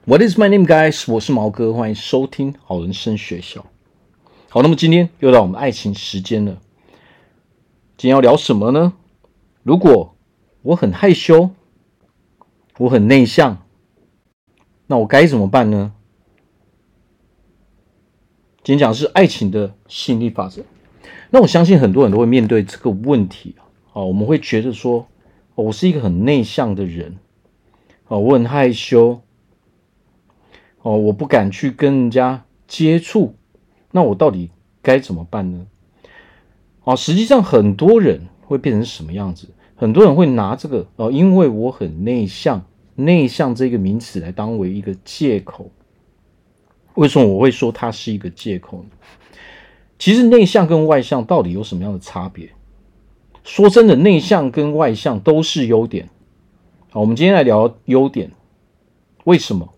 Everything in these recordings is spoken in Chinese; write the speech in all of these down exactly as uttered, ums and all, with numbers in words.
What is my name, guys？ 我是毛哥，欢迎收听好人生学校。好，那么今天又到我们爱情时间了。今天要聊什么呢？如果我很害羞，我很内向，那我该怎么办呢？今天讲的是爱情的吸引力法则。那我相信很多人都会面对这个问题啊，我们会觉得说，哦，我是一个很内向的人，哦，我很害羞。哦，我不敢去跟人家接触，那我到底该怎么办呢？哦，实际上很多人会变成什么样子？很多人会拿这个哦，因为我很内向，内向这个名词来当为一个借口。为什么我会说它是一个借口呢？其实内向跟外向到底有什么样的差别？说真的，内向跟外向都是优点。好，我们今天来聊优点。为什么？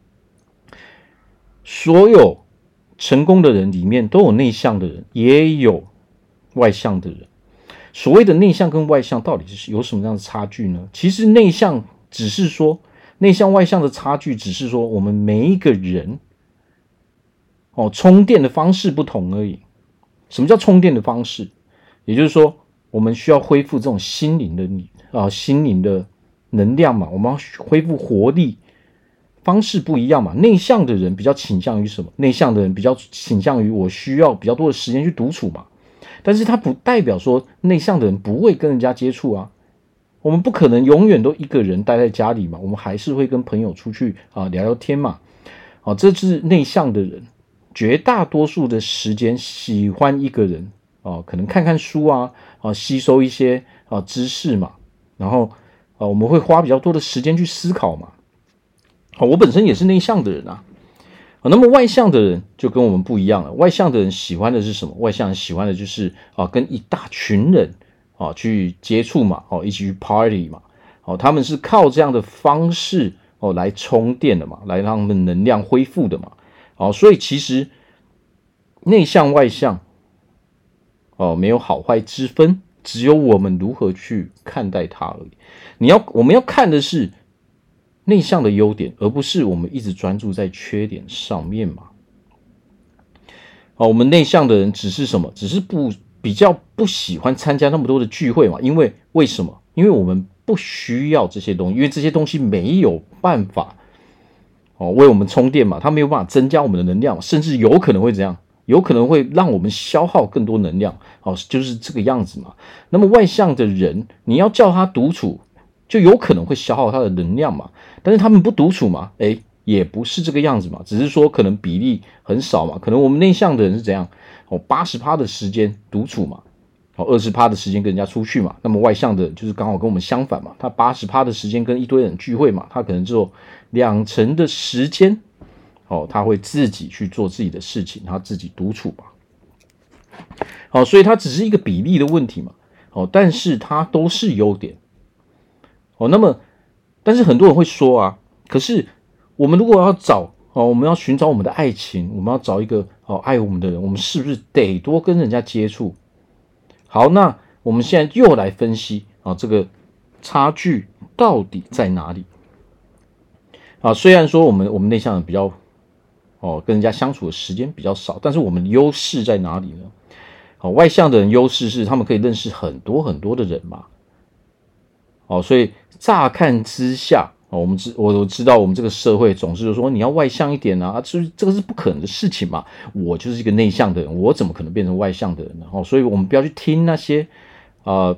所有成功的人里面都有内向的人，也有外向的人。所谓的内向跟外向到底是有什么样的差距呢？其实内向只是说，内向外向的差距只是说我们每一个人哦充电的方式不同而已。什么叫充电的方式？也就是说，我们需要恢复这种心灵的啊心灵的能量嘛，我们要恢复活力。方式不一样嘛，内向的人比较倾向于什么？内向的人比较倾向于我需要比较多的时间去独处嘛。但是它不代表说内向的人不会跟人家接触啊。我们不可能永远都一个人待在家里嘛，我们还是会跟朋友出去啊聊聊天嘛。啊，这是内向的人，绝大多数的时间喜欢一个人啊，可能看看书啊，啊吸收一些啊知识嘛，然后啊我们会花比较多的时间去思考嘛。好，我本身也是内向的人啊。好，那么外向的人就跟我们不一样了。外向的人喜欢的是什么？外向人喜欢的就是啊，跟一大群人啊去接触嘛，哦，一起去 party 嘛。哦，他们是靠这样的方式哦来充电的嘛，来让他们能量恢复的嘛。好，所以其实内向外向哦没有好坏之分，只有我们如何去看待它而已。你要我们要看的是内向的优点，而不是我们一直专注在缺点上面嘛。好，我们内向的人只是什么？只是不比较不喜欢参加那么多的聚会嘛。因为为什么？因为我们不需要这些东西，因为这些东西没有办法哦为我们充电嘛，它没有办法增加我们的能量，甚至有可能会怎样？有可能会让我们消耗更多能量。哦，就是这个样子嘛。那么外向的人，你要叫他独处，就有可能会消耗他的能量嘛。但是他们不独处嘛，诶，也不是这个样子嘛，只是说可能比例很少嘛。可能我们内向的人是怎样？哦 ,百分之八十 的时间独处嘛，哦 ,百分之二十 的时间跟人家出去嘛。那么外向的人就是刚好跟我们相反嘛，他 百分之八十 的时间跟一堆人聚会嘛，他可能只有两成的时间哦，他会自己去做自己的事情，他自己独处嘛。好，所以它只是一个比例的问题嘛。哦，但是它都是优点。哦，那么但是很多人会说啊，可是我们如果要找哦，我们要寻找我们的爱情，我们要找一个哦爱我们的人，我们是不是得多跟人家接触？好，那我们现在又来分析啊，这个差距到底在哪里？啊，虽然说我们我们内向人比较哦跟人家相处的时间比较少，但是我们的优势在哪里呢？哦，外向的人优势是他们可以认识很多很多的人嘛。哦，所以乍看之下，哦、我们知我都知道，我们这个社会总是说你要外向一点啊，这这个是不可能的事情嘛。我就是一个内向的人，我怎么可能变成外向的人呢？哦，所以我们不要去听那些呃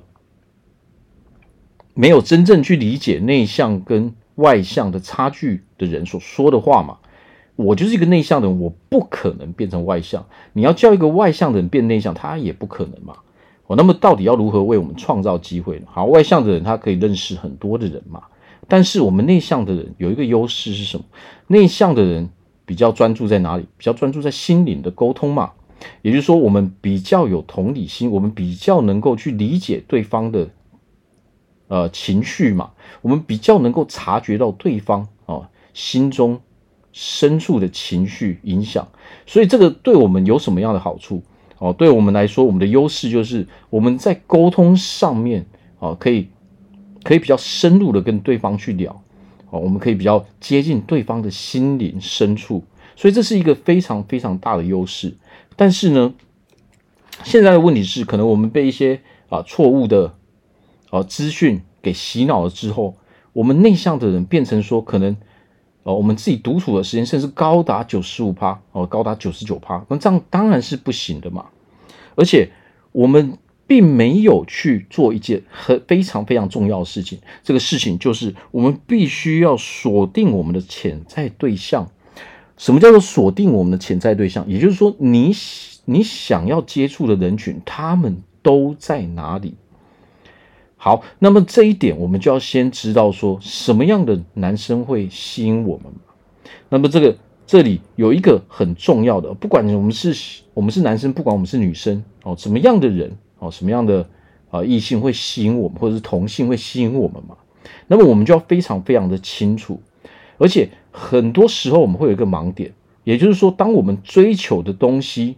没有真正去理解内向跟外向的差距的人所说的话嘛。我就是一个内向的人，我不可能变成外向。你要叫一个外向的人变内向，他也不可能嘛。哦，那么到底要如何为我们创造机会呢？好，外向的人他可以认识很多的人嘛，但是我们内向的人有一个优势是什么？内向的人比较专注在哪里？比较专注在心灵的沟通嘛。也就是说，我们比较有同理心，我们比较能够去理解对方的呃情绪嘛，我们比较能够察觉到对方哦心中深处的情绪影响。所以这个对我们有什么样的好处？哦，对我们来说，我们的优势就是我们在沟通上面哦，可以可以比较深入的跟对方去聊。 哦，我们可以比较接近对方的心灵深处，所以这是一个非常非常大的优势。但是呢，现在的问题是，可能我们被一些啊错误的啊资讯给洗脑了之后，我们内向的人变成说，可能哦我们自己独处的时间甚至高达 百分之九十五 哦，高达 百分之九十九， 那这样当然是不行的嘛。而且我们并没有去做一件很非常非常重要的事情，这个事情就是我们必须要锁定我们的潜在对象。什么叫做锁定我们的潜在对象？也就是说，你你想要接触的人群，他们都在哪里？好，那么这一点我们就要先知道说，什么样的男生会吸引我们嘛？那么这个这里有一个很重要的，不管我们是我们是男生，不管我们是女生哦，什么样的人哦，什么样的啊异性会吸引我们，或者是同性会吸引我们嘛？那么我们就要非常非常的清楚，而且很多时候我们会有一个盲点，也就是说，当我们追求的东西，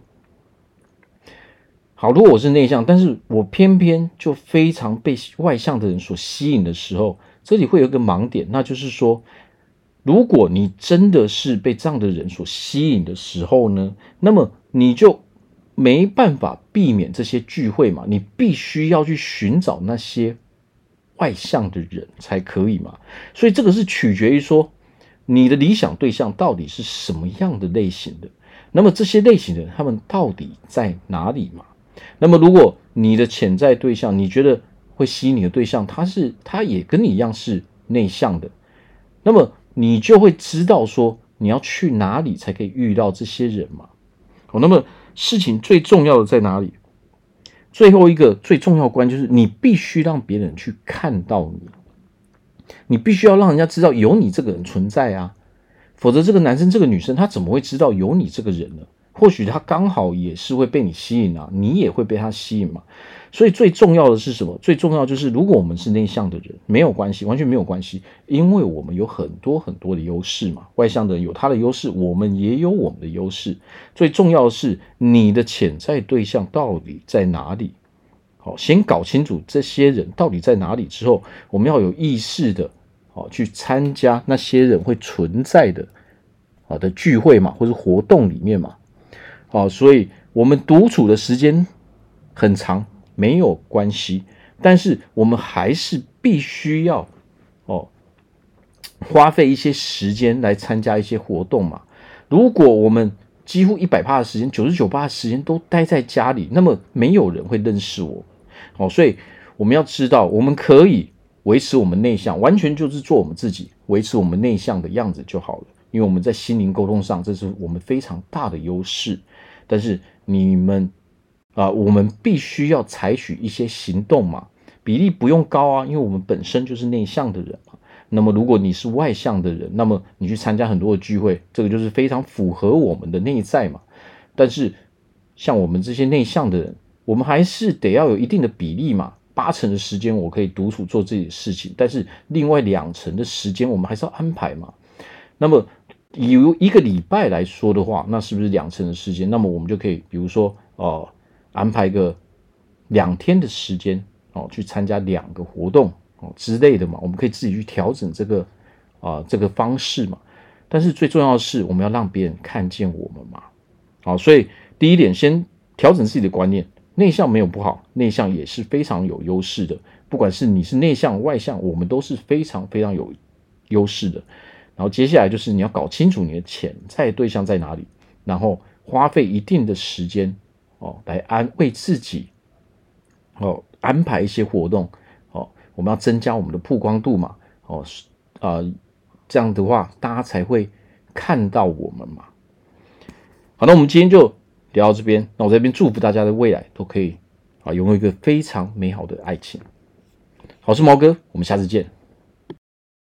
好，如果我是内向，但是我偏偏就非常被外向的人所吸引的时候，这里会有一个盲点，那就是说，如果你真的是被这样的人所吸引的时候呢，那么你就没办法避免这些聚会嘛，你必须要去寻找那些外向的人才可以嘛。所以这个是取决于说，你的理想对象到底是什么样的类型的，那么这些类型的人他们到底在哪里嘛？那么如果你的潜在对象，你觉得会吸引你的对象，他是他也跟你一样是内向的，那么你就会知道说你要去哪里才可以遇到这些人嘛。好，那么事情最重要的在哪里？最后一个最重要的关就是你必须让别人去看到你，你必须要让人家知道有你这个人存在啊，否则这个男生这个女生他怎么会知道有你这个人呢？或许他刚好也是会被你吸引啊，你也会被他吸引嘛。所以最重要的是什么？最重要就是如果我们是内向的人，没有关系，完全没有关系，因为我们有很多很多的优势嘛。外向的人有他的优势，我们也有我们的优势。最重要的是你的潜在对象到底在哪里？好，先搞清楚这些人到底在哪里之后，我们要有意识的好去参加那些人会存在的好的聚会嘛，或是活动里面嘛。好，所以我们独处的时间很长没有关系，但是我们还是必须要哦花费一些时间来参加一些活动嘛。如果我们几乎 百分之百 的时间 百分之九十九 的时间都待在家里，那么没有人会认识我。好，所以我们要知道，我们可以维持我们内向，完全就是做我们自己，维持我们内向的样子就好了。因为我们在心灵沟通上，这是我们非常大的优势。但是你们啊、呃，我们必须要采取一些行动嘛，比例不用高啊，因为我们本身就是内向的人嘛。那么如果你是外向的人，那么你去参加很多的聚会，这个就是非常符合我们的内在嘛。但是像我们这些内向的人，我们还是得要有一定的比例嘛。八成的时间我可以独处做自己的事情，但是另外两成的时间我们还是要安排嘛。那么以一个礼拜来说的话，那是不是两成的时间？那么我们就可以，比如说，呃，安排个两天的时间，哦，去参加两个活动，哦之类的嘛。我们可以自己去调整这个，啊、呃，这个方式嘛。但是最重要的是，我们要让别人看见我们嘛。好，所以第一点，先调整自己的观念。内向没有不好，内向也是非常有优势的。不管是你是内向外向，我们都是非常非常有优势的。然后接下来就是你要搞清楚你的潜在对象在哪里，然后花费一定的时间哦，来安为自己哦安排一些活动哦，我们要增加我们的曝光度嘛哦啊、呃，这样的话大家才会看到我们嘛。好，那我们今天就聊到这边，那我在这边祝福大家的未来都可以啊拥有一个非常美好的爱情。好，我是毛哥，我们下次见。